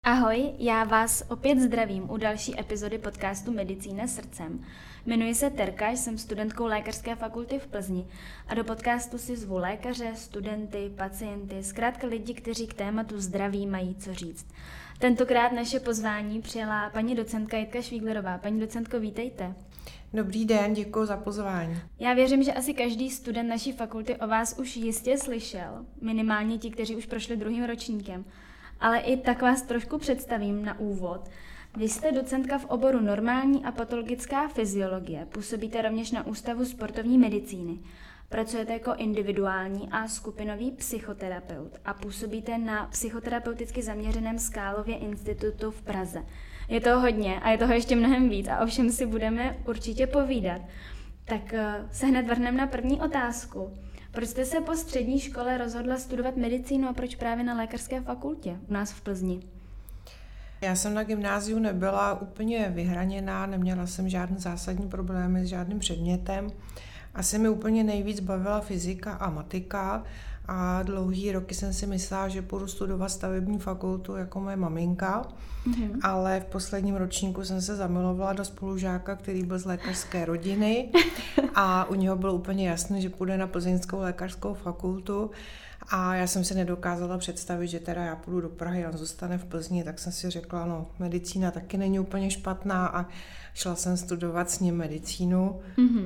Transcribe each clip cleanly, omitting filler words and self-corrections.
Ahoj, já vás opět zdravím u další epizody podcastu Medicína srdcem. Jmenuji se Terka, jsem studentkou Lékařské fakulty v Plzni a do podcastu si zvu lékaře, studenty, pacienty, zkrátka lidi, kteří k tématu zdraví mají co říct. Tentokrát naše pozvání přijala paní docentka Jitka Švíglerová. Paní docentko, vítejte. Dobrý den, děkuji za pozvání. Já věřím, že asi každý student naší fakulty o vás už jistě slyšel, minimálně ti, kteří už prošli druhým ročníkem. Ale i tak vás trošku představím na úvod. Vy jste docentka v oboru normální a patologická fyziologie, působíte rovněž na Ústavu sportovní medicíny. Pracujete jako individuální a skupinový psychoterapeut a působíte na psychoterapeuticky zaměřeném Skálově institutu v Praze. Je toho hodně a je toho ještě mnohem víc a o všem si budeme určitě povídat. Tak se hned vrhneme na první otázku. Proč jste se po střední škole rozhodla studovat medicínu a proč právě na lékařské fakultě u nás v Plzni? Já jsem na gymnáziu nebyla úplně vyhraněná, neměla jsem žádný zásadní problémy s žádným předmětem. Asi mi úplně nejvíc bavila fyzika a matika a dlouhý roky jsem si myslela, že půjdu studovat stavební fakultu jako moje maminka, ale v posledním ročníku jsem se zamilovala do spolužáka, který byl z lékařské rodiny a u něho bylo úplně jasné, že půjde na Plzeňskou lékařskou fakultu a já jsem si nedokázala představit, že teda já půjdu do Prahy a on zůstane v Plzni, tak jsem si řekla, no medicína taky není úplně špatná a šla jsem studovat s ním medicínu.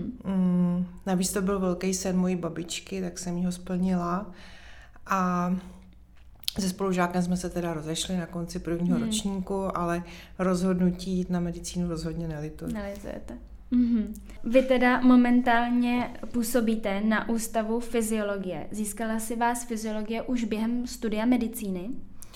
Navíc to byl velký sen mojí babičky, tak jsem jí ho splnila a se spolužákem jsme se teda rozešli na konci prvního ročníku, ale rozhodnutí jít na medicínu rozhodně nelituji. Nelitujete. Vy teda momentálně působíte na Ústavu fyziologie. Získala si vás fyziologie už během studia medicíny?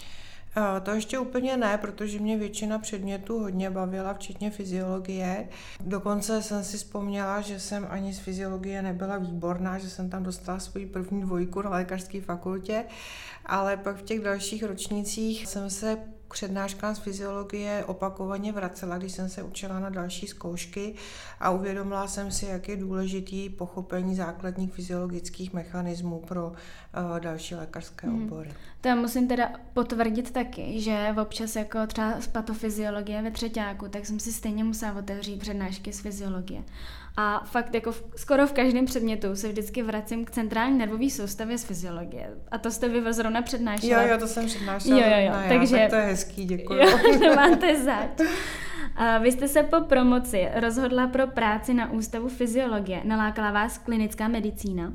To ještě úplně ne, protože mě většina předmětů hodně bavila, včetně fyziologie. Dokonce jsem si vzpomněla, že jsem ani z fyziologie nebyla výborná, že jsem tam dostala svoji první 2 na lékařské fakultě, ale pak v těch dalších ročnících jsem se k přednáškám z fyziologie opakovaně vracela, když jsem se učila na další zkoušky a uvědomila jsem si, jak je důležitý pochopení základních fyziologických mechanismů pro další lékařské obory. To já musím teda potvrdit taky, že občas jako třeba z patofyziologie ve třeťáku, tak jsem si stejně musela otevřít přednášky z fyziologie. A fakt jako skoro v každém předmětu se vždycky vracím k centrální nervové soustavě z fyziologie. A to jste vy zrovna přednášela. Jo, to jsem přednášela. Jo. Takže tak to je hezký, děkuji. Jo, máte zač. A vy jste se po promoci rozhodla pro práci na Ústavu fyziologie. Nalákala vás klinická medicína?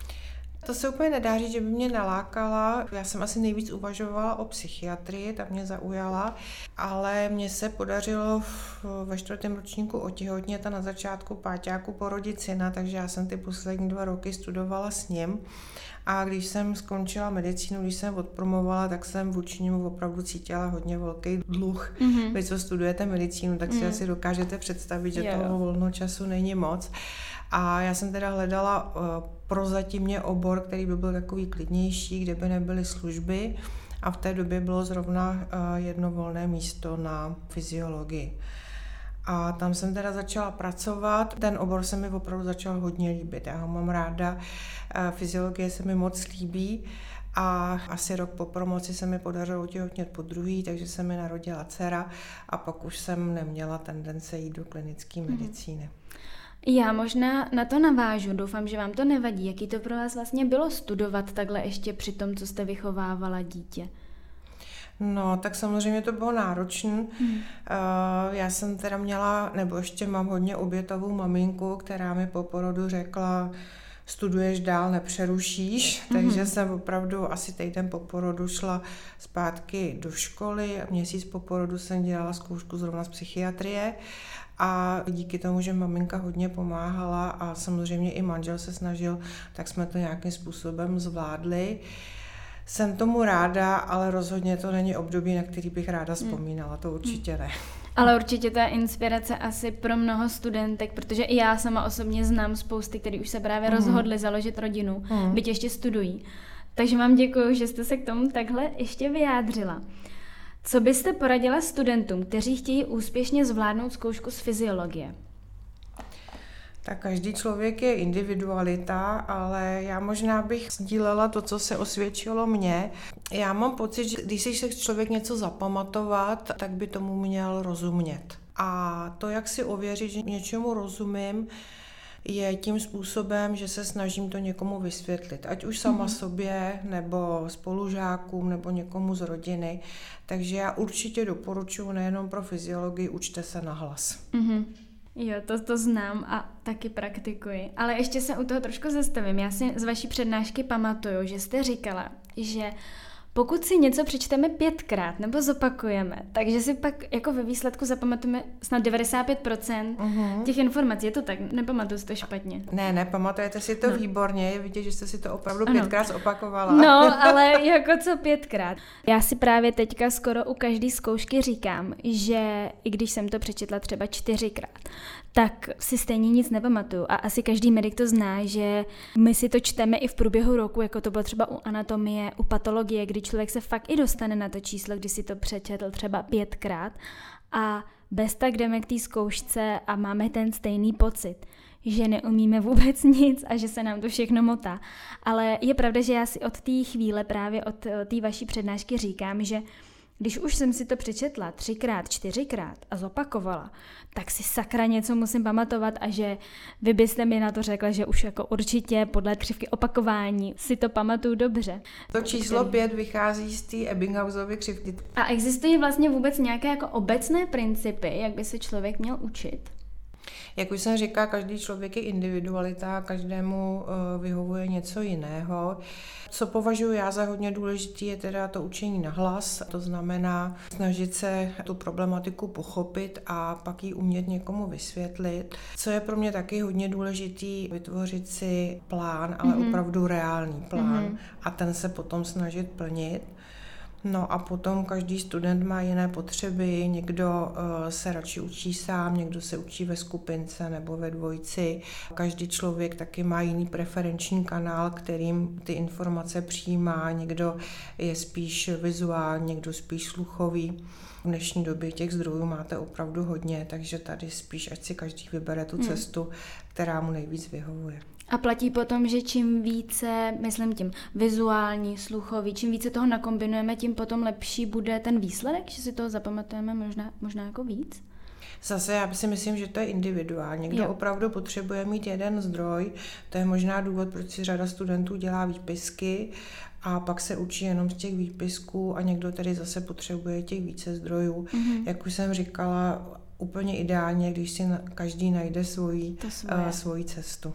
To se úplně nedá říct, že by mě nalákala. Já jsem asi nejvíc uvažovala o psychiatrii, ta mě zaujala, ale mně se podařilo ve 4. ročníku otěhotnět a na začátku páťáku porodit syna, takže já jsem ty poslední 2 roky studovala s ním. A když jsem skončila medicínu, když jsem odpromovala, tak jsem vůči němu opravdu cítila hodně velký dluh. Vy, co studujete medicínu, tak si asi dokážete představit, že toho volného času není moc. A já jsem teda hledala prozatímně obor, který by byl takový klidnější, kde by nebyly služby a v té době bylo zrovna jedno volné místo na fyziologii. A tam jsem teda začala pracovat. Ten obor se mi opravdu začal hodně líbit. Já ho mám ráda. Fyziologie se mi moc líbí. A asi rok po promoci se mi podařilo otěhotnět po druhý, takže se mi narodila dcera a pak už jsem neměla tendence jít do klinické medicíny. Já možná na to navážu, doufám, že vám to nevadí. Jaký to pro vás vlastně bylo studovat takhle ještě při tom, co jste vychovávala dítě? No, tak samozřejmě to bylo náročné. Já jsem teda měla, nebo ještě mám hodně obětavou maminku, která mi po porodu řekla, studuješ dál, nepřerušíš, takže jsem opravdu asi týden po porodu šla zpátky do školy. Měsíc po porodu jsem dělala zkoušku zrovna z psychiatrie a díky tomu, že maminka hodně pomáhala a samozřejmě i manžel se snažil, tak jsme to nějakým způsobem zvládli. Jsem tomu ráda, ale rozhodně to není období, na který bych ráda vzpomínala, to určitě ne. Ale určitě to je inspirace asi pro mnoho studentek, protože i já sama osobně znám spousty, který už se právě rozhodli založit rodinu, byť ještě studují. Takže vám děkuju, že jste se k tomu takhle ještě vyjádřila. Co byste poradila studentům, kteří chtějí úspěšně zvládnout zkoušku z fyziologie? Tak každý člověk je individualita, ale já možná bych sdílela to, co se osvědčilo mně. Já mám pocit, že když si chce člověk něco zapamatovat, tak by tomu měl rozumět. A to, jak si ověřit, že něčemu rozumím, je tím způsobem, že se snažím to někomu vysvětlit. Ať už sama sobě, nebo spolužákům, nebo někomu z rodiny. Takže já určitě doporučuji nejenom pro fyziologii, učte se nahlas. Jo, to znám a taky praktikuji. Ale ještě se u toho trošku zastavím. Já si z vaší přednášky pamatuju, že jste říkala, že pokud si něco přečteme 5krát nebo zopakujeme, takže si pak jako ve výsledku zapamatujeme snad 95% těch informací. Je to tak? Nepamatuju si to špatně. Ne, pamatujete si to výborně. Je vidět, že jste si to opravdu 5krát zopakovala. No, ale jako co 5krát. Já si právě teďka skoro u každé zkoušky říkám, že i když jsem to přečetla třeba 4krát, tak si stejně nic nepamatuju. A asi každý medic to zná, že my si to čteme i v průběhu roku, jako to bylo třeba u anatomie, u patologie, kdy člověk se fakt i dostane na to číslo, kdy si to přečetl třeba 5krát a bez tak jdeme k té zkoušce a máme ten stejný pocit, že neumíme vůbec nic a že se nám to všechno motá. Ale je pravda, že já si od té chvíle, právě od té vaší přednášky říkám, že když už jsem si to přečetla 3krát, 4krát a zopakovala, tak si sakra něco musím pamatovat a že vy byste mi na to řekla, že už jako určitě podle křivky opakování si to pamatuju dobře. To číslo 5 vychází z té Ebbinghausovy křivky. A existují vlastně vůbec nějaké jako obecné principy, jak by se člověk měl učit? Jak už jsem říkala, každý člověk je individualita, každému vyhovuje něco jiného. Co považuji já za hodně důležité, je teda to učení nahlas. To znamená snažit se tu problematiku pochopit a pak ji umět někomu vysvětlit. Co je pro mě taky hodně důležitý, vytvořit si plán, ale opravdu reálný plán a ten se potom snažit plnit. No a potom každý student má jiné potřeby, někdo se radši učí sám, někdo se učí ve skupince nebo ve dvojici. Každý člověk taky má jiný preferenční kanál, kterým ty informace přijímá, někdo je spíš vizuální, někdo spíš sluchový. V dnešní době těch zdrojů máte opravdu hodně, takže tady spíš ať si každý vybere tu cestu, která mu nejvíc vyhovuje. A platí potom, že čím více, myslím tím vizuální, sluchový, čím více toho nakombinujeme, tím potom lepší bude ten výsledek, že si toho zapamatujeme možná jako víc? Zase já si myslím, že to je individuálně. Někdo opravdu potřebuje mít jeden zdroj, to je možná důvod, proč si řada studentů dělá výpisky a pak se učí jenom z těch výpisků a někdo tedy zase potřebuje těch více zdrojů. Jak už jsem říkala, úplně ideálně, když si každý najde svoji cestu.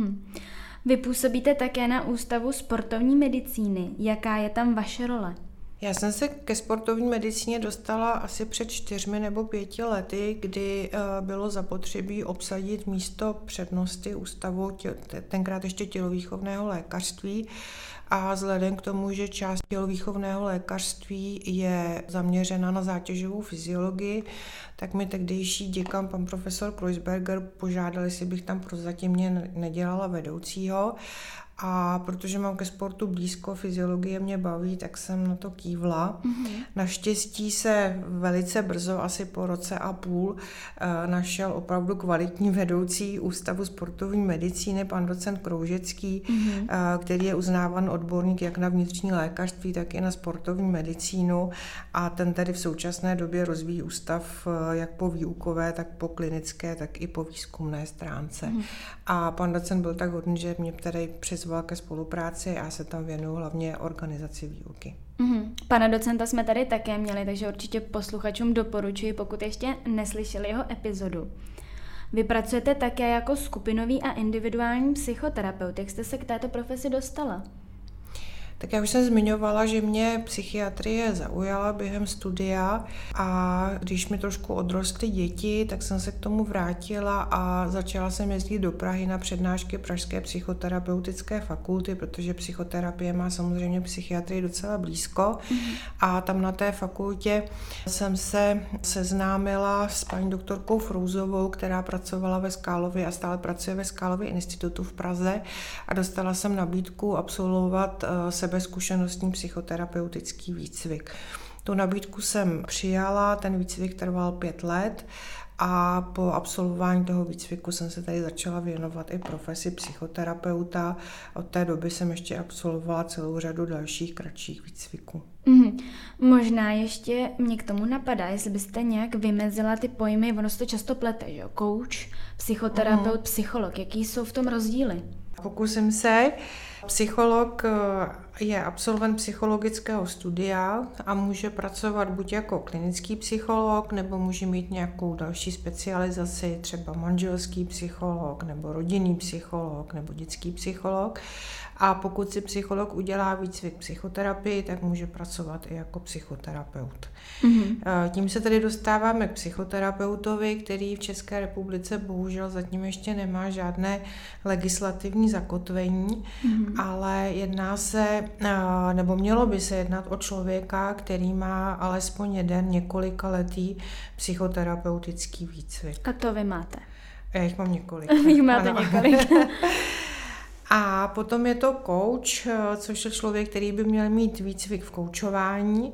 Vy působíte také na Ústavu sportovní medicíny. Jaká je tam vaše role? Já jsem se ke sportovní medicíně dostala asi před 4 nebo 5 lety, kdy bylo zapotřebí obsadit místo přednosti ústavu, tenkrát ještě tělovýchovného lékařství. A vzhledem k tomu, že část tělovýchovného lékařství je zaměřena na zátěžovou fyziologii, tak mi tehdejší děkan, pan profesor Kreuzberger, požádal, jestli bych tam prozatímně nedělala vedoucího. A protože mám ke sportu blízko, fyziologie mě baví, tak jsem na to kývla. Naštěstí se velice brzo, asi po roce a půl, našel opravdu kvalitní vedoucí Ústavu sportovní medicíny, pan docent Kroužecký, který je uznávan odborník jak na vnitřní lékařství, tak i na sportovní medicínu. A ten tedy v současné době rozvíjí ústav jak po výukové, tak po klinické, tak i po výzkumné stránce. A pan docent byl tak hodný, že mě tady přizval ke spolupráci a já se tam věnuju hlavně organizaci výuky. Pana docenta jsme tady také měli, takže určitě posluchačům doporučuji, pokud ještě neslyšeli jeho epizodu. Vy pracujete také jako skupinový a individuální psychoterapeut. Jak jste se k této profesi dostala? Tak já už jsem zmiňovala, že mě psychiatrie zaujala během studia a když mi trošku odrostly děti, tak jsem se k tomu vrátila a začala jsem jezdit do Prahy na přednášky Pražské psychoterapeutické fakulty, protože psychoterapie má samozřejmě psychiatrii docela blízko. A tam na té fakultě jsem se seznámila s paní doktorkou Frouzovou, která pracovala ve Skálově a stále pracuje ve Skálově institutu v Praze a dostala jsem nabídku absolvovat sebezkušenostní psychoterapeutický výcvik. Tu nabídku jsem přijala, ten výcvik trval 5 let a po absolvování toho výcviku jsem se tady začala věnovat i profesi psychoterapeuta. Od té doby jsem ještě absolvovala celou řadu dalších kratších výcviků. Možná ještě mě k tomu napadá, jestli byste nějak vymezila ty pojmy, ono se to často plete, že jo? Coach, psychoterapeut, psycholog, jaký jsou v tom rozdíly? Pokusím se. Psycholog je absolvent psychologického studia a může pracovat buď jako klinický psycholog, nebo může mít nějakou další specializaci, třeba manželský psycholog, nebo rodinný psycholog, nebo dětský psycholog. A pokud si psycholog udělá výcvik psychoterapii, tak může pracovat i jako psychoterapeut. Tím se tedy dostáváme k psychoterapeutovi, který v České republice bohužel zatím ještě nemá žádné legislativní zakotvení, ale jedná se, nebo mělo by se jednat o člověka, který má alespoň jeden několikaletý psychoterapeutický výcvik. A to vy máte? Já jich mám několik. Vy máte několik. A potom je to coach, což je člověk, který by měl mít výcvik v koučování.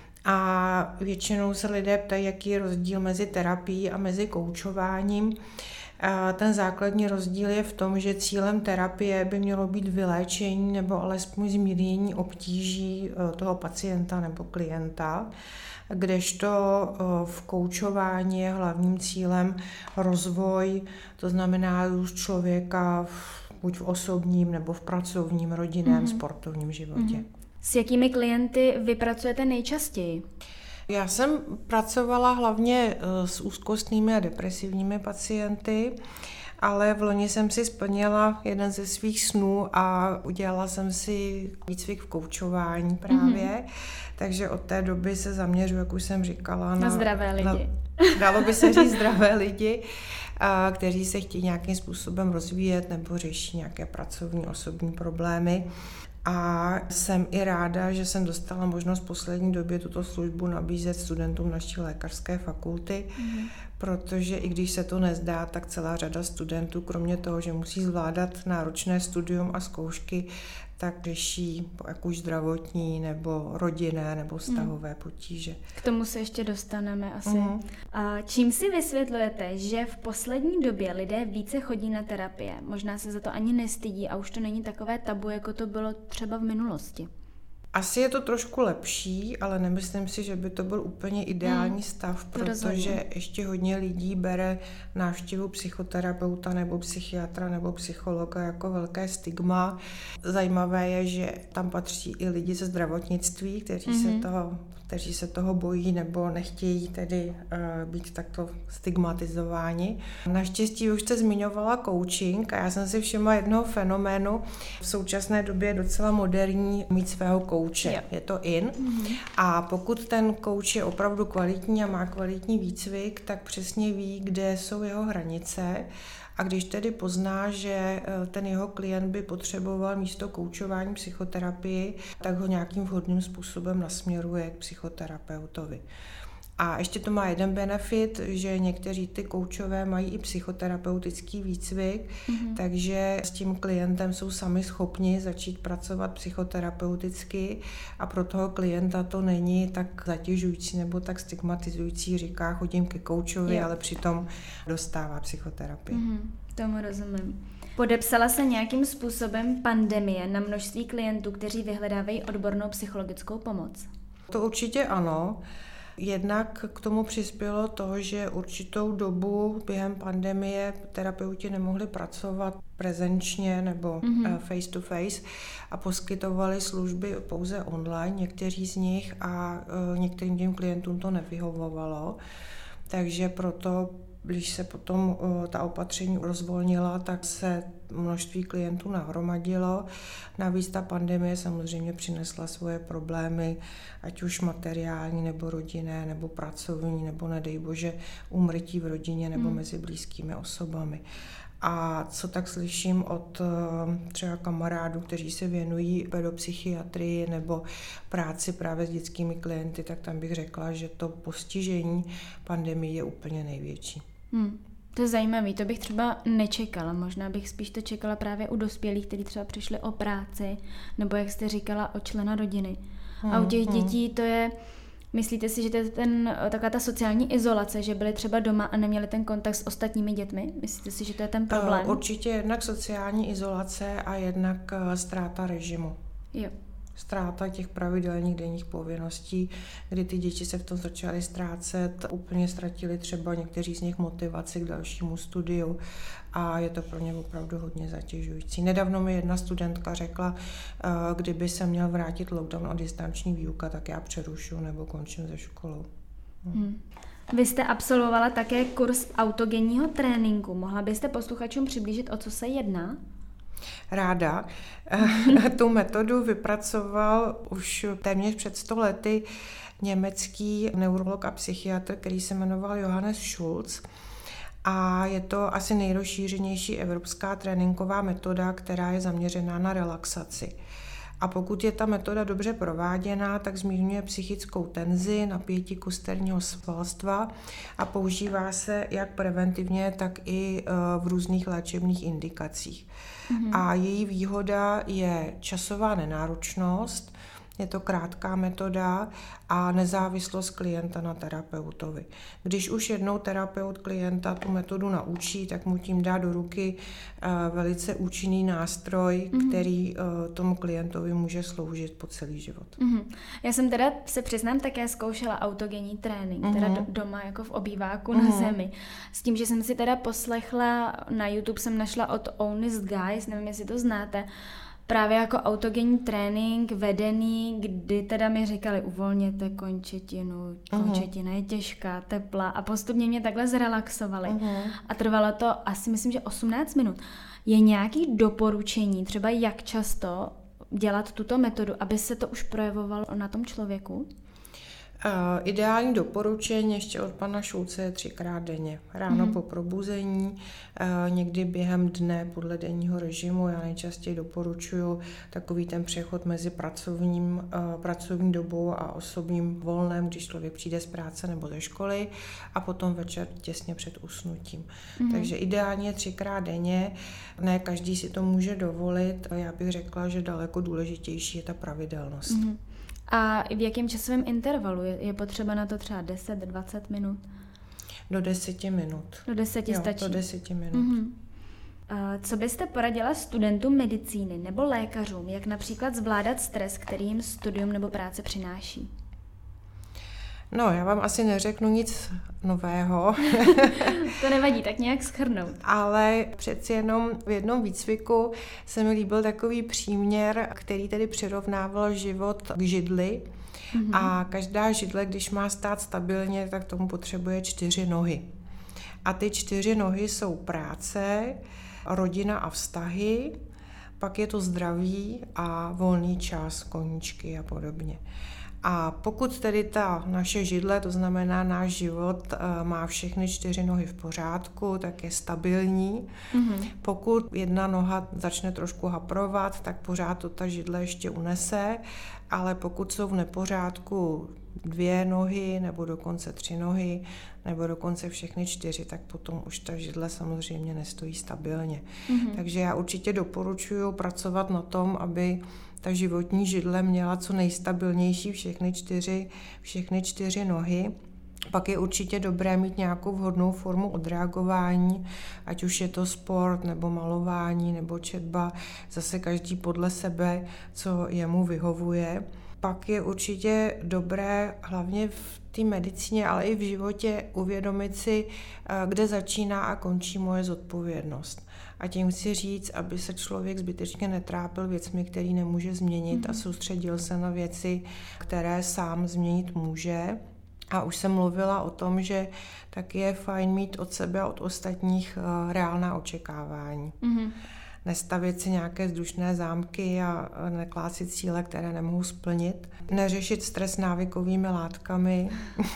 A většinou se lidé ptají, jaký je rozdíl mezi terapií a mezi koučováním. Ten základní rozdíl je v tom, že cílem terapie by mělo být vyléčení nebo alespoň zmírnění obtíží toho pacienta nebo klienta, kdežto v koučování je hlavním cílem rozvoj, to znamená růst člověka buď v osobním nebo v pracovním, rodinném, sportovním životě. S jakými klienty vy pracujete nejčastěji? Já jsem pracovala hlavně s úzkostnými a depresivními pacienty, ale v loni jsem si splnila jeden ze svých snů a udělala jsem si výcvik v koučování právě, takže od té doby se zaměřuji, jak už jsem říkala, na zdravé lidi. Dalo by se říct zdravé lidi, kteří se chtějí nějakým způsobem rozvíjet nebo řeší nějaké pracovní, osobní problémy. A jsem i ráda, že jsem dostala možnost v poslední době tuto službu nabízet studentům naší lékařské fakulty, protože i když se to nezdá, tak celá řada studentů, kromě toho, že musí zvládat náročné studium a zkoušky, tak řeší jak už zdravotní nebo rodinné nebo vztahové potíže. K tomu se ještě dostaneme asi. A čím si vysvětlujete, že v poslední době lidé více chodí na terapie? Možná se za to ani nestydí a už to není takové tabu, jako to bylo třeba v minulosti. Asi je to trošku lepší, ale nemyslím si, že by to byl úplně ideální stav, protože ještě hodně lidí bere návštěvu psychoterapeuta nebo psychiatra nebo psychologa jako velké stigma. Zajímavé je, že tam patří i lidi ze zdravotnictví, kteří se toho bojí nebo nechtějí tedy být takto stigmatizováni. Naštěstí už jste zmiňovala coaching a já jsem si všimla jednoho fenoménu. V současné době je docela moderní mít svého coache. Je to in. A pokud ten coach je opravdu kvalitní a má kvalitní výcvik, tak přesně ví, kde jsou jeho hranice. A když tedy pozná, že ten jeho klient by potřeboval místo koučování psychoterapii, tak ho nějakým vhodným způsobem nasměruje k psychoterapeutovi. A ještě to má jeden benefit, že někteří ty koučové mají i psychoterapeutický výcvik, takže s tím klientem jsou sami schopni začít pracovat psychoterapeuticky a pro toho klienta to není tak zatěžující nebo tak stigmatizující, říká, chodím ke koučovi, ale přitom dostává psychoterapii. Tomu rozumím. Podepsala se nějakým způsobem pandemie na množství klientů, kteří vyhledávají odbornou psychologickou pomoc? To určitě ano. Jednak k tomu přispělo to, že určitou dobu během pandemie terapeuti nemohli pracovat prezenčně nebo face to face a poskytovali služby pouze online, někteří z nich, a některým těm klientům to nevyhovovalo. Takže proto, když se potom ta opatření rozvolnila, tak se množství klientů nahromadilo. Navíc ta pandemie samozřejmě přinesla svoje problémy, ať už materiální, nebo rodinné, nebo pracovní, nebo nedej bože úmrtí v rodině nebo mezi blízkými osobami. A co tak slyším od třeba kamarádů, kteří se věnují pedopsychiatrii nebo práci právě s dětskými klienty, tak tam bych řekla, že to postižení pandemie je úplně největší. To je zajímavé, to bych třeba nečekala. Možná bych spíš to čekala právě u dospělých, kteří třeba přišli o práci, nebo jak jste říkala, o člena rodiny. A u těch dětí to je, Myslíte si, že to je taková ta sociální izolace, že byli třeba doma a neměli ten kontakt s ostatními dětmi? Myslíte si, že to je ten problém? Určitě jednak sociální izolace a jednak ztráta režimu. Jo. Ztráta těch pravidelných denních povinností, kdy ty děti se v tom začaly ztrácet, úplně ztratili třeba někteří z nich motivaci k dalšímu studiu a je to pro ně opravdu hodně zatěžující. Nedávno mi jedna studentka řekla, kdyby se měl vrátit lockdown a distanční výuka, tak já přerušu nebo končím se školou. Vy jste absolvovala také kurz autogenního tréninku. Mohla byste posluchačům přiblížit, o co se jedná? Ráda. Tu metodu vypracoval už téměř před 100 lety německý neurolog a psychiatr, který se jmenoval Johannes Schulz. A je to asi nejrozšířenější evropská tréninková metoda, která je zaměřená na relaxaci. A pokud je ta metoda dobře prováděná, tak zmírňuje psychickou tenzi, napětí kosterního svalstva a používá se jak preventivně, tak i v různých léčebných indikacích. A její výhoda je časová nenáročnost, je to krátká metoda a nezávislost klienta na terapeutovi. Když už jednou terapeut klienta tu metodu naučí, tak mu tím dá do ruky velice účinný nástroj, který tomu klientovi může sloužit po celý život. Já jsem teda, se přiznám, také zkoušela autogenní trénink, teda doma jako v obýváku na zemi. S tím, že jsem si teda poslechla, na YouTube jsem našla od Honest Guys, nevím, jestli to znáte, právě jako autogenní trénink vedený, kdy teda mi říkali, uvolněte končetinu, končetina je těžká, teplá a postupně mě takhle zrelaxovali. A trvalo to asi, myslím, že 18 minut. Je nějaký doporučení, třeba jak často dělat tuto metodu, aby se to už projevovalo na tom člověku? Ideální doporučení ještě od pana Šulce je 3krát denně. Ráno po probuzení, někdy během dne podle denního režimu. Já nejčastěji doporučuji takový ten přechod mezi pracovní dobou a osobním volnem, když člověk přijde z práce nebo ze školy a potom večer těsně před usnutím. Takže ideálně 3krát denně. Ne každý si to může dovolit. Já bych řekla, že daleko důležitější je ta pravidelnost. A v jakém časovém intervalu? Je potřeba na to třeba 10-20 minut? Do 10 minut. Do 10 stačí? Do 10 minut. Co byste poradila studentům medicíny nebo lékařům, jak například zvládat stres, který jim studium nebo práce přináší? No, já vám asi neřeknu nic nového. To nevadí, tak nějak shrnout. Ale přeci jenom v jednom výcviku se mi líbil takový příměr, který tedy přirovnával život k židli. A každá židle, když má stát stabilně, tak tomu potřebuje 4 nohy. A ty 4 nohy jsou práce, rodina a vztahy, pak je to zdraví a volný čas, koníčky a podobně. A pokud tedy ta naše židle, to znamená náš život, má všechny 4 nohy v pořádku, tak je stabilní. Pokud jedna noha začne trošku haprovat, tak pořád to ta židle ještě unese, ale pokud jsou v nepořádku 2 nohy, nebo dokonce 3 nohy, nebo dokonce všechny 4, tak potom už ta židle samozřejmě nestojí stabilně. Takže já určitě doporučuji pracovat na tom, aby ta životní židle měla co nejstabilnější všechny 4 nohy. Pak je určitě dobré mít nějakou vhodnou formu odreagování, ať už je to sport, nebo malování, nebo četba, zase každý podle sebe, co jemu vyhovuje. Pak je určitě dobré, hlavně v té medicíně, ale i v životě, uvědomit si, kde začíná a končí moje zodpovědnost. A tím chci říct, aby se člověk zbytečně netrápil věcmi, které nemůže změnit a soustředil se na věci, které sám změnit může. A už jsem mluvila o tom, že taky je fajn mít od sebe a od ostatních reálná očekávání. Nestavět si nějaké vzdušné zámky a neklát si cíle, které nemohu splnit. Neřešit stres návykovými látkami.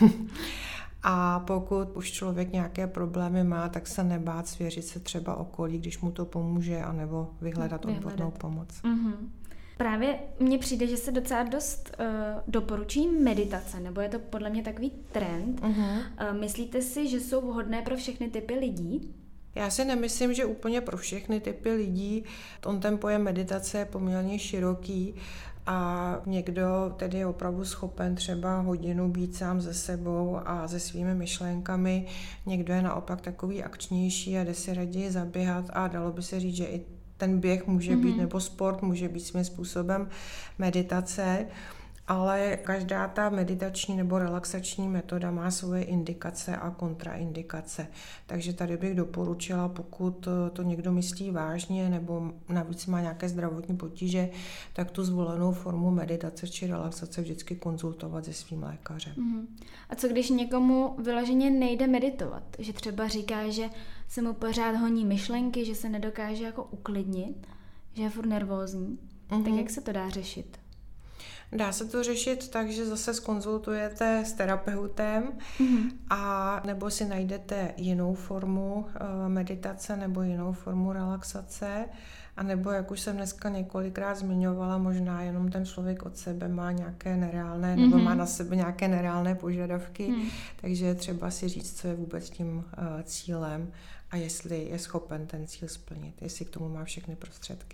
A pokud už člověk nějaké problémy má, tak se nebát svěřit se třeba okolí, když mu to pomůže, anebo vyhledat odbornou pomoc. Právě mně přijde, že se docela dost doporučí meditace, nebo je to podle mě takový trend. Myslíte si, že jsou vhodné pro všechny typy lidí? Já si nemyslím, že úplně pro všechny typy lidí. On ten pojem meditace je poměrně široký a někdo tedy je opravdu schopen třeba hodinu být sám se sebou a se svými myšlenkami, někdo je naopak takový akčnější a jde si raději zaběhat a dalo by se říct, že i ten běh může být, nebo sport může být svým způsobem meditace, ale každá ta meditační nebo relaxační metoda má svoje indikace a kontraindikace. Takže tady bych doporučila, pokud to někdo myslí vážně nebo navíc má nějaké zdravotní potíže, tak tu zvolenou formu meditace či relaxace vždycky konzultovat se svým lékařem. A co když někomu vyloženě nejde meditovat? Že třeba říká, že se mu pořád honí myšlenky, že se nedokáže jako uklidnit, že je furt nervózní. Tak jak se to dá řešit? Dá se to řešit tak, že zase zkonzultujete s terapeutem a nebo si najdete jinou formu meditace nebo jinou formu relaxace, a nebo, jak už jsem dneska několikrát zmiňovala, možná jenom ten člověk od sebe má nějaké nereálné, nebo má na sebe nějaké nereálné požadavky, takže je třeba si říct, co je vůbec tím cílem a jestli je schopen ten cíl splnit, jestli k tomu má všechny prostředky.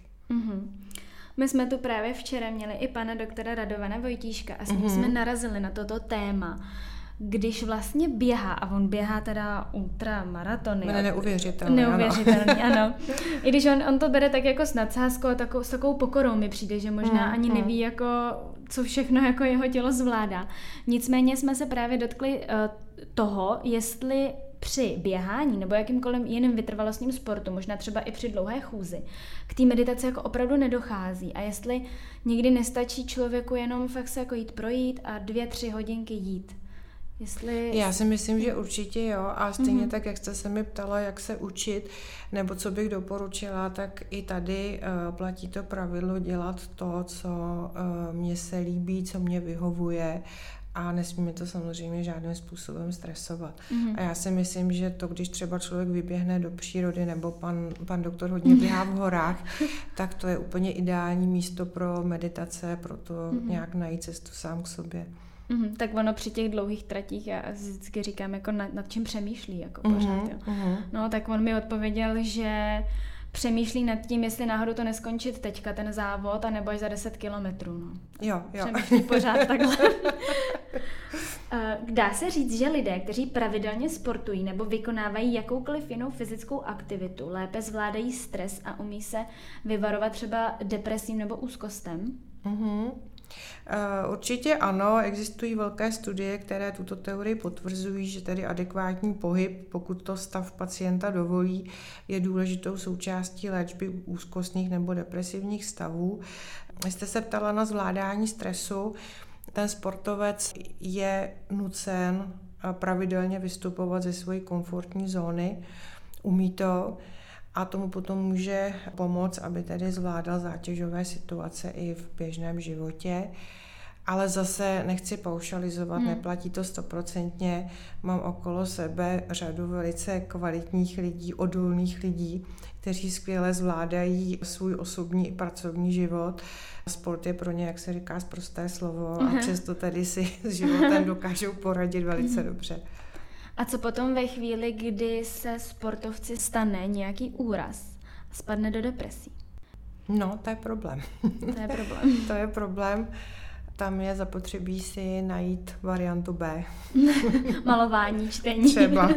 My jsme tu právě včera měli i pana doktora Radovana Vojtíška a s ním jsme narazili na toto téma. Když vlastně běhá, a on běhá teda ultramaratony. Neuvěřitelný, ano. I když on to bere tak jako s nadsázkou, s takovou pokorou mi přijde, že možná ani neví, jako, co všechno jako jeho tělo zvládá. Nicméně jsme se právě dotkli toho, jestli při běhání nebo jakýmkoliv jiným vytrvalostním sportu, možná třeba i při dlouhé chůzi, k té meditaci jako opravdu nedochází a jestli někdy nestačí člověku jenom fakt se jako jít projít a 2-3 hodinky jít. Já si myslím, že určitě jo, a stejně tak, jak jste se mi ptala, jak se učit, nebo co bych doporučila, tak i tady platí to pravidlo dělat to, co mně se líbí, co mě vyhovuje, a nesmíme to samozřejmě žádným způsobem stresovat. A já si myslím, že to, když třeba člověk vyběhne do přírody, nebo pan doktor hodně běhá v horách, tak to je úplně ideální místo pro meditace, pro to nějak najít cestu sám k sobě. Tak ono při těch dlouhých tratích, já vždycky říkám, jako nad čím přemýšlí, jako pořád, jo. No, tak on mi odpověděl, že přemýšlí nad tím, jestli náhodou to neskončit teďka ten závod, anebo až za 10 kilometrů, no. Jo. Přemýšlí pořád takhle. Dá se říct, že lidé, kteří pravidelně sportují nebo vykonávají jakoukoliv jinou fyzickou aktivitu, lépe zvládají stres a umí se vyvarovat třeba depresím nebo úzkostem? Určitě ano, existují velké studie, které tuto teorii potvrzují, že tedy adekvátní pohyb, pokud to stav pacienta dovolí, je důležitou součástí léčby úzkostných nebo depresivních stavů. Jste se ptala na zvládání stresu. Ten sportovec je nucen pravidelně vystupovat ze své komfortní zóny, umí to, a tomu potom může pomoct, aby tedy zvládal zátěžové situace i v běžném životě. Ale zase nechci paušalizovat, neplatí to 100%. Mám okolo sebe řadu velice kvalitních lidí, odolných lidí, kteří skvěle zvládají svůj osobní i pracovní život. Sport je pro ně, jak se říká, sprosté slovo, a přesto tedy si s životem dokážou poradit velice dobře. A co potom ve chvíli, kdy se sportovci stane nějaký úraz a spadne do depresí? No, to je problém. To je problém. Tam je zapotřebí si najít variantu B. Malování, čtení. Třeba.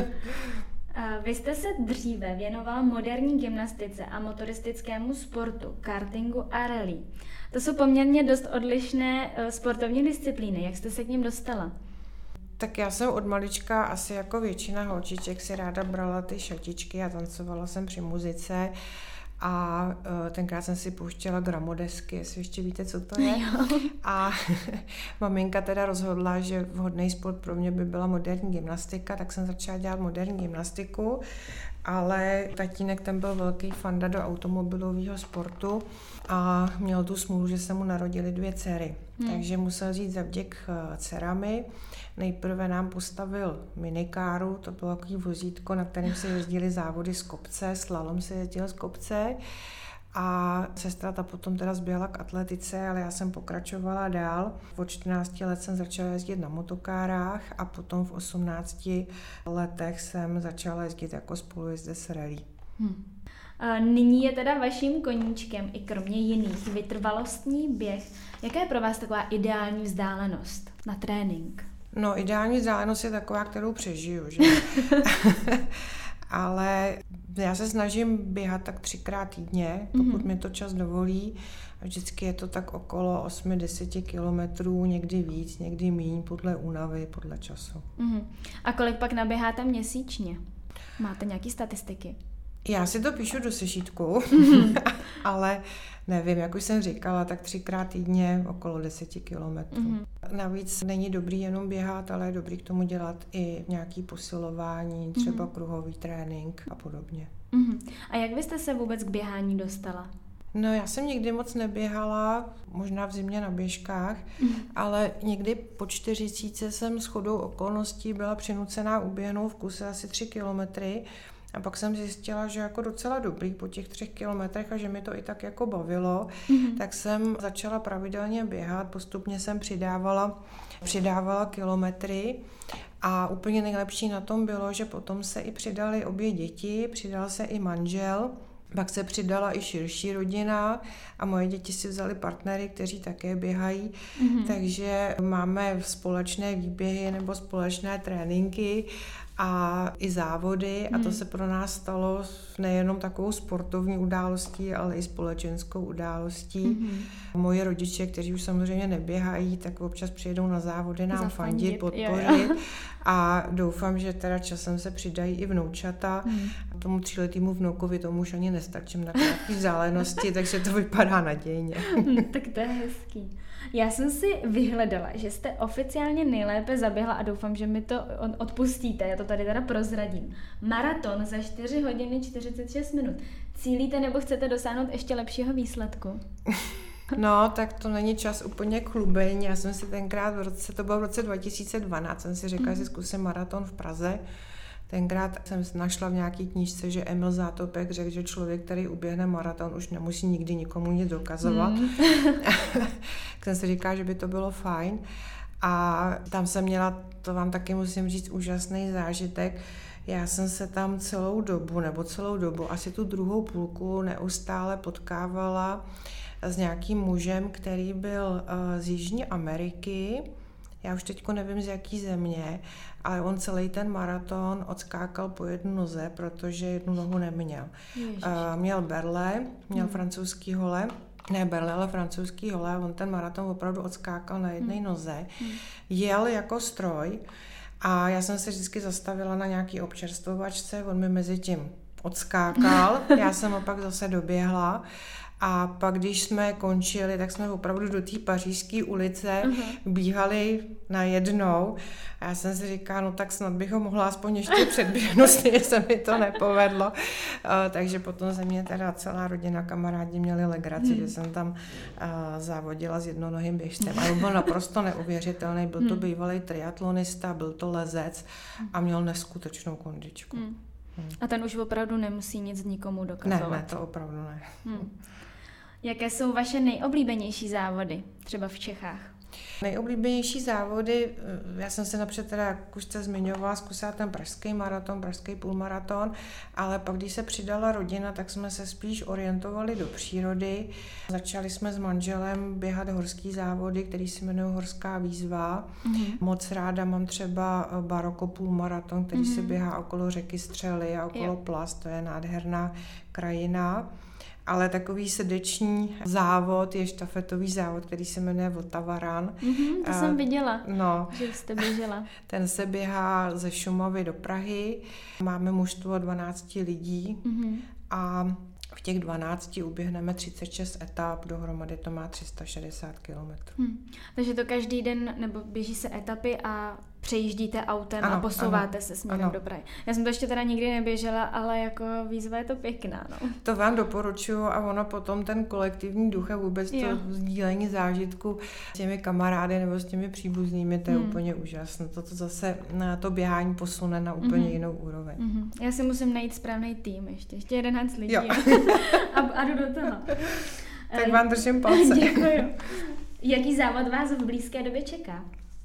Vy jste se dříve věnovala moderní gymnastice a motoristickému sportu, kartingu a rally. To jsou poměrně dost odlišné sportovní disciplíny. Jak jste se k nim dostala? Tak já jsem od malička asi jako většina holčiček si ráda brala ty šatičky a tancovala jsem při muzice. A tenkrát jsem si pouštěla gramodesky, jestli ještě víte, co to je. A maminka teda rozhodla, že vhodný sport pro mě by byla moderní gymnastika, tak jsem začala dělat moderní gymnastiku, ale tatínek ten byl velký fanda do automobilového sportu a měl tu smůlu, že se mu narodily 2 dcery. Takže musel vzít zavděk dcerami. Nejprve nám postavil minikáru, to bylo takový vozítko, na kterém se jezdily závody z kopce, slalom se jezdil z kopce, a sestra ta potom teda zběhla k atletice, ale já jsem pokračovala dál. Od 14 let jsem začala jezdit na motokárách a potom v 18 letech jsem začala jezdit jako spolujezdec rally. Nyní je teda vaším koníčkem i kromě jiných vytrvalostní běh. Jaká je pro vás taková ideální vzdálenost na trénink? No, ideální vzdálenost je taková, kterou přežiju, že? Ale já se snažím běhat tak 3krát týdně, pokud mi to čas dovolí. Vždycky je to tak okolo 8-10 kilometrů, někdy víc, někdy míň, podle únavy, podle času. A kolik pak naběháte měsíčně? Máte nějaké statistiky? Já si to píšu do sešítku, ale nevím, jak už jsem říkala, tak 3krát týdně okolo 10 kilometrů. Navíc není dobrý jenom běhat, ale je dobrý k tomu dělat i nějaké posilování, třeba kruhový trénink a podobně. A jak byste se vůbec k běhání dostala? No, já jsem nikdy moc neběhala, možná v zimě na běžkách, ale někdy po 40 jsem shodou okolností byla přinucená uběhnout v kuse asi 3 kilometry. A pak jsem zjistila, že jako docela dobrý po těch 3 kilometrech a že mi to i tak jako bavilo, tak jsem začala pravidelně běhat, postupně jsem přidávala kilometry a úplně nejlepší na tom bylo, že potom se i přidali obě děti, přidal se i manžel, pak se přidala i širší rodina a moje děti si vzali partnery, kteří také běhají, takže máme společné výběhy nebo společné tréninky a i závody a to se pro nás stalo nejenom takovou sportovní událostí, ale i společenskou událostí. Moji rodiče, kteří už samozřejmě neběhají, tak občas přijedou na závody nám fandit, podpořit a doufám, že teda časem se přidají i vnoučata. Tomu 3letýmu vnukovi tomu už ani nestačím na krátké vzdálenosti, takže to vypadá nadějně. Tak to je hezký. Já jsem si vyhledala, že jste oficiálně nejlépe zaběhla a doufám, že mi to odpustíte, já to tady teda prozradím. Maraton za 4 hodiny 46 minut. Cílíte nebo chcete dosáhnout ještě lepšího výsledku? No, tak to není čas úplně k chlubení. Já jsem si tenkrát, to bylo v roce 2012, jsem si řekla, že zkusím maraton v Praze. Tenkrát jsem našla v nějaký knížce, že Emil Zátopek řekl, že člověk, který uběhne maraton, už nemusí nikdy nikomu nic dokazovat. Tak jsem si říkala, že by to bylo fajn. A tam jsem měla, to vám taky musím říct, úžasný zážitek. Já jsem se tam celou dobu, asi tu druhou půlku neustále potkávala s nějakým mužem, který byl z Jižní Ameriky. Já už teďko nevím, z jaký země, ale on celý ten maraton odskákal po jednu noze, protože jednu nohu neměl. Měl berle, měl francouzský hole, ne berle, ale francouzský hole, on ten maraton opravdu odskákal na jedné noze. Jel jako stroj a já jsem se vždycky zastavila na nějaký občerstvovačce, on mi mezi tím odskákal, já jsem ho pak zase doběhla. A pak, když jsme končili, tak jsme opravdu do té Pařížské ulice bíhali najednou. A já jsem si říkala, no tak snad bych ho mohla aspoň ještě předběhnout, stejně se mi to nepovedlo. Takže potom ze mě teda celá rodina, kamarádi měli legraci, že jsem tam závodila s jednonohým běžcem. A on byl naprosto neuvěřitelný, byl to bývalý triatlonista, byl to lezec a měl neskutečnou kondičku. A ten už opravdu nemusí nic nikomu dokazovat. Ne, to opravdu ne. Jaké jsou vaše nejoblíbenější závody, třeba v Čechách? Nejoblíbenější závody, já jsem se napřed teda, jak už jste zmiňovala, zkusila ten pražský maraton, pražský půlmaraton, ale pak, když se přidala rodina, tak jsme se spíš orientovali do přírody. Začali jsme s manželem běhat horský závody, který se jmenuje Horská výzva. Moc ráda mám třeba Baroko půlmaraton, který se běhá okolo řeky Střely a okolo Plas, to je nádherná krajina. Ale takový srdeční závod je štafetový závod, který se jmenuje Vltava Run. To jsem viděla, no, že jste běžela. Ten se běhá ze Šumavy do Prahy. Máme mužstvo 12 lidí a v těch 12 uběhneme 36 etap, dohromady to má 360 kilometrů. Takže to každý den, nebo běží se etapy a přejíždíte autem a posouváte se směrem do Prahy. Já jsem to ještě teda nikdy neběžela, ale jako výzva je to pěkná. No. To vám doporučuju a ono potom ten kolektivní duch a vůbec to sdílení zážitku s těmi kamarády nebo s těmi příbuznými, to je úplně úžasné. To zase na to běhání posune na úplně jinou úroveň. Já si musím najít správný tým ještě 11 lidí a jdu do toho. Tak vám držím palce. Děkuji. Jaký závod vás v blízké době čeká?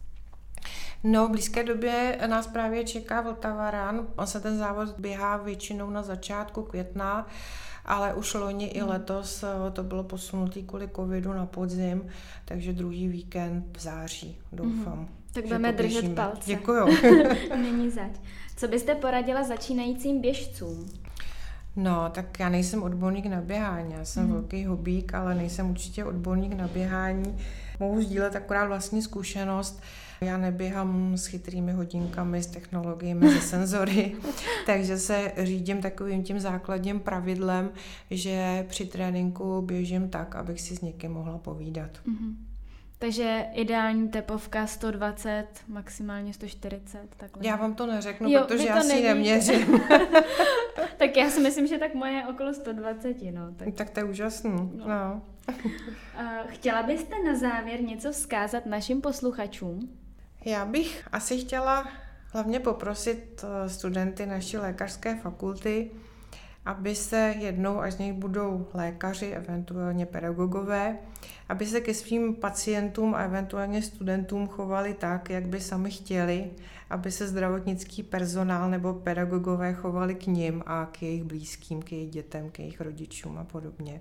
No, v blízké době nás právě čeká Vltava Run. On se ten závod běhá většinou na začátku května ale už loni i letos to bylo posunutý kvůli covidu na podzim, takže druhý víkend v září, doufám. Tak budeme držet palce. Děkuju. Není zač. Co byste poradila začínajícím běžcům? No, tak já nejsem odborník na běhání, já jsem velký hobík, ale nejsem určitě odborník na běhání. Mohu sdílet akorát vlastní zkušenost. Já neběhám s chytrými hodinkami, s technologiemi, se senzory, takže se řídím takovým tím základním pravidlem, že při tréninku běžím tak, abych si s někým mohla povídat. Takže ideální tepovka 120, maximálně 140. Takhle. Já vám to neřeknu, protože já si neměřím. Tak já si myslím, že tak moje je okolo 120, no. Tak to je úžasný, no. Chtěla byste na závěr něco vzkázat našim posluchačům? Já bych asi chtěla hlavně poprosit studenty naší lékařské fakulty, aby se jednou, až z nich budou lékaři, eventuálně pedagogové, aby se ke svým pacientům a eventuálně studentům chovali tak, jak by sami chtěli, aby se zdravotnický personál nebo pedagogové chovali k nim a k jejich blízkým, k jejich dětem, k jejich rodičům a podobně.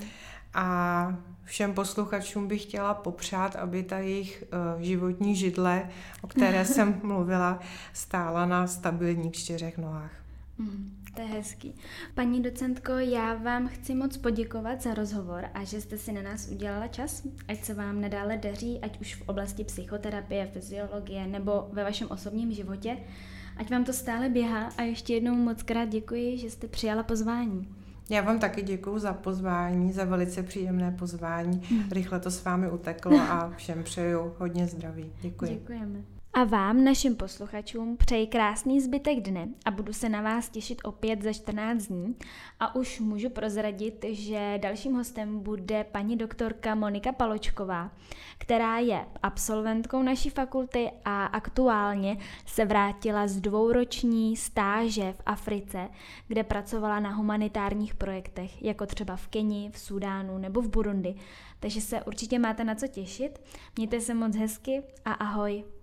A všem posluchačům bych chtěla popřát, aby ta jejich životní židle, o které jsem mluvila, stála na stabilních 4 nohách. To je hezký. Paní docentko, já vám chci moc poděkovat za rozhovor a že jste si na nás udělala čas, ať se vám nadále daří, ať už v oblasti psychoterapie, fyziologie nebo ve vašem osobním životě, ať vám to stále běhá a ještě jednou moc krát děkuji, že jste přijala pozvání. Já vám taky děkuju za pozvání, za velice příjemné pozvání. Rychle to s vámi uteklo a všem přeju hodně zdraví. Děkuji. Děkujeme. A vám, našim posluchačům, přeji krásný zbytek dne a budu se na vás těšit opět za 14 dní. A už můžu prozradit, že dalším hostem bude paní doktorka Monika Paločková, která je absolventkou naší fakulty a aktuálně se vrátila z 2roční stáže v Africe, kde pracovala na humanitárních projektech, jako třeba v Keni, v Súdánu nebo v Burundi. Takže se určitě máte na co těšit. Mějte se moc hezky a ahoj.